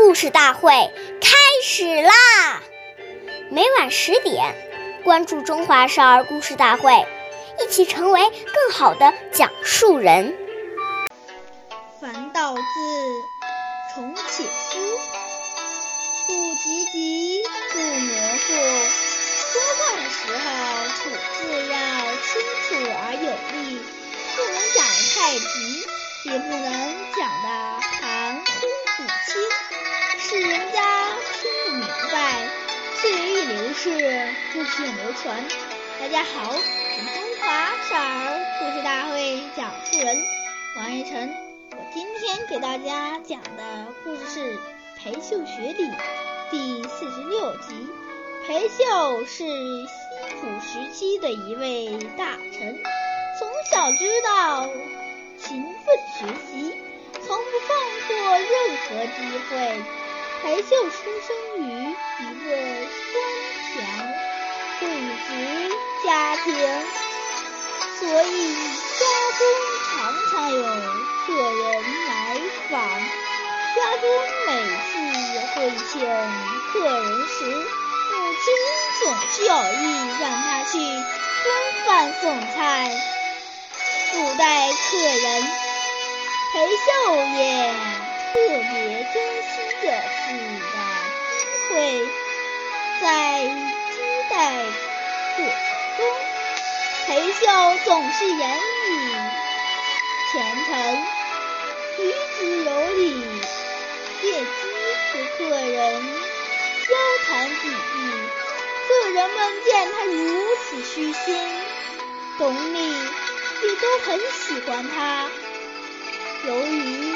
故事大会开始啦！每晚10点，关注中华少儿故事大会，一起成为更好的讲述人。 凡道字，重且思，不急急，不模糊。说话的时候，吐字要清楚而有力，不能讲得太急，也不能讲得含糊不清，使人家听不明白。岁月一流逝，故事流传。大家好，我是中华少儿故事大会讲述人王一晨。我今天给大家讲的故事是裴秀学里第46集。裴秀是西楚时期的一位大臣，从小知道勤奋学习，从不放过任何机会。裴秀出生于一个官强贵族家庭，所以家中常常有客人来访。家中每次会请客人时，母亲总是有意让他去端饭送菜，不待客人。裴秀也特别珍惜这次的机会。在接待过程中，裴秀总是言语虔诚，举止有礼，借机和客人交谈几句。客人们见他如此虚心懂礼，也都很喜欢他。由于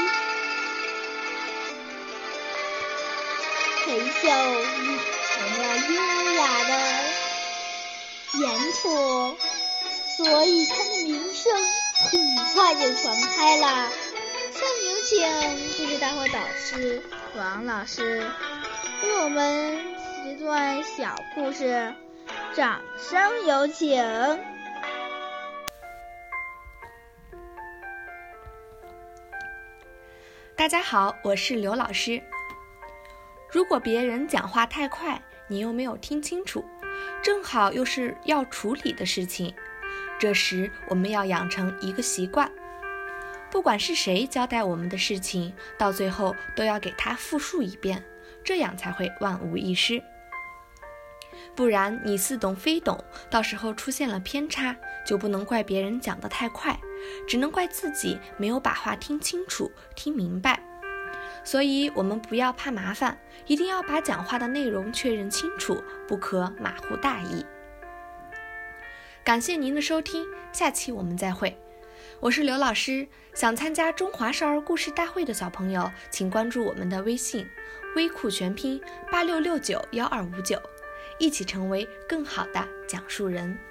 裴秀成了优雅的言妥，所以他的名声很快就传开了。下面有请故事大会导师王老师为我们这段小故事，掌声有请。 大家好，我是刘老师。如果别人讲话太快，你又没有听清楚，正好又是要处理的事情，这时我们要养成一个习惯，不管是谁交代我们的事情，到最后都要给他复述一遍，这样才会万无一失。不然你似懂非懂，到时候出现了偏差，就不能怪别人讲得太快，只能怪自己没有把话听清楚听明白。所以我们不要怕麻烦，一定要把讲话的内容确认清楚，不可马虎大意。感谢您的收听，下期我们再会。我是刘老师，想参加中华少儿故事大会的小朋友，请关注我们的微信微库全拼86691259，一起成为更好的讲述人。